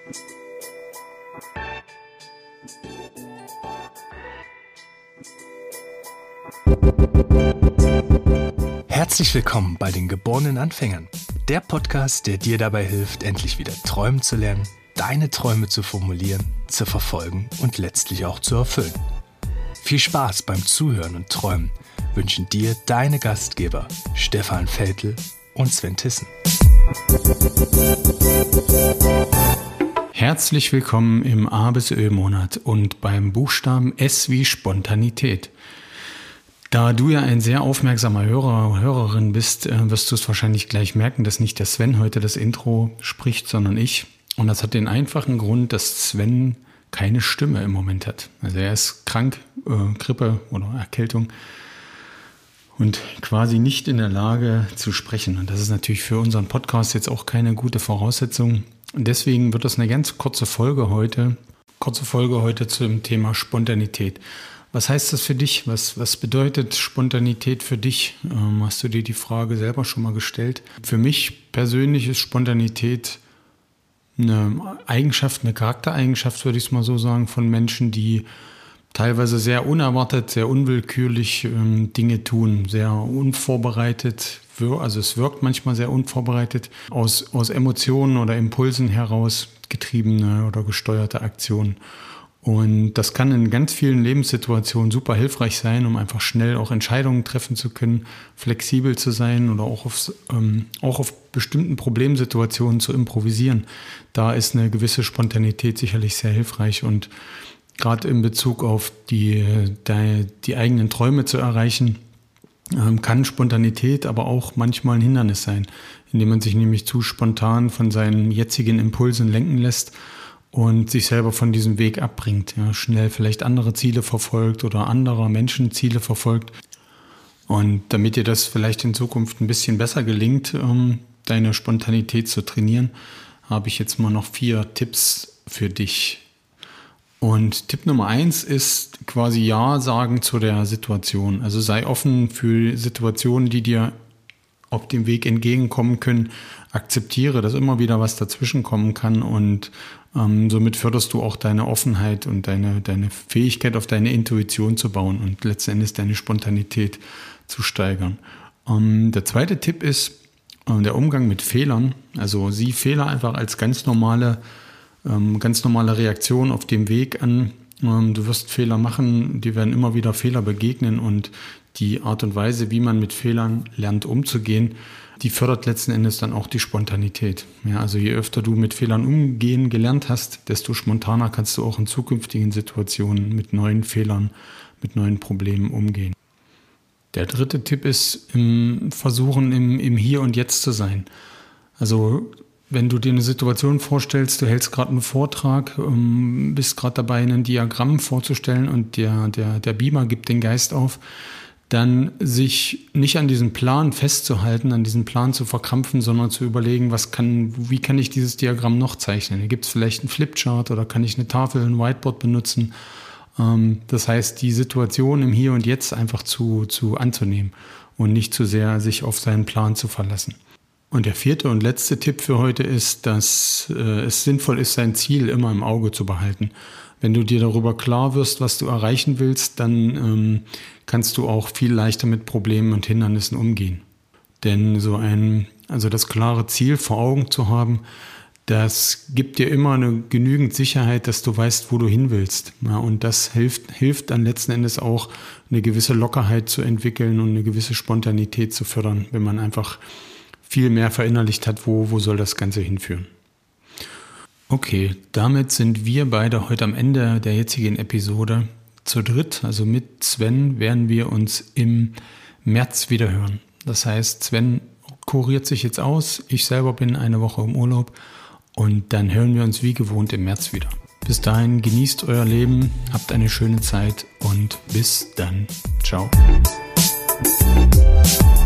Herzlich willkommen bei den geborenen Anfängern, der Podcast, der dir dabei hilft, endlich wieder träumen zu lernen, deine Träume zu formulieren, zu verfolgen und letztlich auch zu erfüllen. Viel Spaß beim Zuhören und Träumen wünschen dir deine Gastgeber Stefan Veltl und Sven Tissen. Herzlich willkommen im A bis Ö-Monat und beim Buchstaben S wie Spontanität. Da du ja ein sehr aufmerksamer Hörer, Hörerin bist, wirst du es wahrscheinlich gleich merken, dass nicht der Sven heute das Intro spricht, sondern ich. Und das hat den einfachen Grund, dass Sven keine Stimme im Moment hat. Also er ist krank, Grippe oder Erkältung und quasi nicht in der Lage zu sprechen. Und das ist natürlich für unseren Podcast jetzt auch keine gute Voraussetzung. Und deswegen wird das eine ganz kurze Folge heute zum Thema Spontanität. Was heißt das für dich? Was bedeutet Spontanität für dich? Hast du dir die Frage selber schon mal gestellt? Für mich persönlich ist Spontanität eine Eigenschaft, eine Charaktereigenschaft, würde ich es mal so sagen, von Menschen, die teilweise sehr unerwartet, sehr unwillkürlich Dinge tun, sehr unvorbereitet. Also es wirkt manchmal sehr unvorbereitet, aus Emotionen oder Impulsen heraus getriebene oder gesteuerte Aktionen. Und das kann in ganz vielen Lebenssituationen super hilfreich sein, um einfach schnell auch Entscheidungen treffen zu können, flexibel zu sein oder auch auf bestimmten Problemsituationen zu improvisieren. Da ist eine gewisse Spontanität sicherlich sehr hilfreich. Und gerade in Bezug auf die eigenen Träume zu erreichen, kann Spontanität aber auch manchmal ein Hindernis sein, indem man sich nämlich zu spontan von seinen jetzigen Impulsen lenken lässt und sich selber von diesem Weg abbringt, ja, schnell vielleicht andere Ziele verfolgt oder anderer Menschen Ziele verfolgt. Und damit dir das vielleicht in Zukunft ein bisschen besser gelingt, deine Spontanität zu trainieren, habe ich jetzt mal noch 4 Tipps für dich. Und Tipp Nummer 1 ist quasi Ja sagen zu der Situation. Also sei offen für Situationen, die dir auf dem Weg entgegenkommen können. Akzeptiere, dass immer wieder was dazwischen kommen kann und somit förderst du auch deine Offenheit und deine Fähigkeit, auf deine Intuition zu bauen und letzten Endes deine Spontanität zu steigern. Der zweite Tipp ist der Umgang mit Fehlern. Also sieh Fehler einfach als ganz normale Reaktion auf dem Weg an. Du wirst Fehler machen, dir werden immer wieder Fehler begegnen und die Art und Weise, wie man mit Fehlern lernt umzugehen, die fördert letzten Endes dann auch die Spontanität. Ja, also je öfter du mit Fehlern umgehen gelernt hast, desto spontaner kannst du auch in zukünftigen Situationen mit neuen Fehlern, mit neuen Problemen umgehen. Der dritte Tipp ist, versuchen im Hier und Jetzt zu sein. Also wenn du dir eine Situation vorstellst, du hältst gerade einen Vortrag, bist gerade dabei, ein Diagramm vorzustellen und der Beamer gibt den Geist auf, dann sich nicht an diesem Plan festzuhalten, an diesem Plan zu verkrampfen, sondern zu überlegen, wie kann ich dieses Diagramm noch zeichnen? Gibt es vielleicht einen Flipchart oder kann ich eine Tafel, ein Whiteboard benutzen? Das heißt, die Situation im Hier und Jetzt einfach zu anzunehmen und nicht zu sehr sich auf seinen Plan zu verlassen. Und der 4. und letzte Tipp für heute ist, dass es sinnvoll ist, sein Ziel immer im Auge zu behalten. Wenn du dir darüber klar wirst, was du erreichen willst, dann kannst du auch viel leichter mit Problemen und Hindernissen umgehen. Denn das klare Ziel vor Augen zu haben, das gibt dir immer eine genügend Sicherheit, dass du weißt, wo du hin willst. Ja, und das hilft dann letzten Endes auch, eine gewisse Lockerheit zu entwickeln und eine gewisse Spontanität zu fördern, wenn man einfach viel mehr verinnerlicht hat, wo soll das Ganze hinführen. Okay, damit sind wir beide heute am Ende der jetzigen Episode. Zu dritt, also mit Sven, werden wir uns im März wieder hören. Das heißt, Sven kuriert sich jetzt aus, ich selber bin eine Woche im Urlaub und dann hören wir uns wie gewohnt im März wieder. Bis dahin, genießt euer Leben, habt eine schöne Zeit und bis dann. Ciao.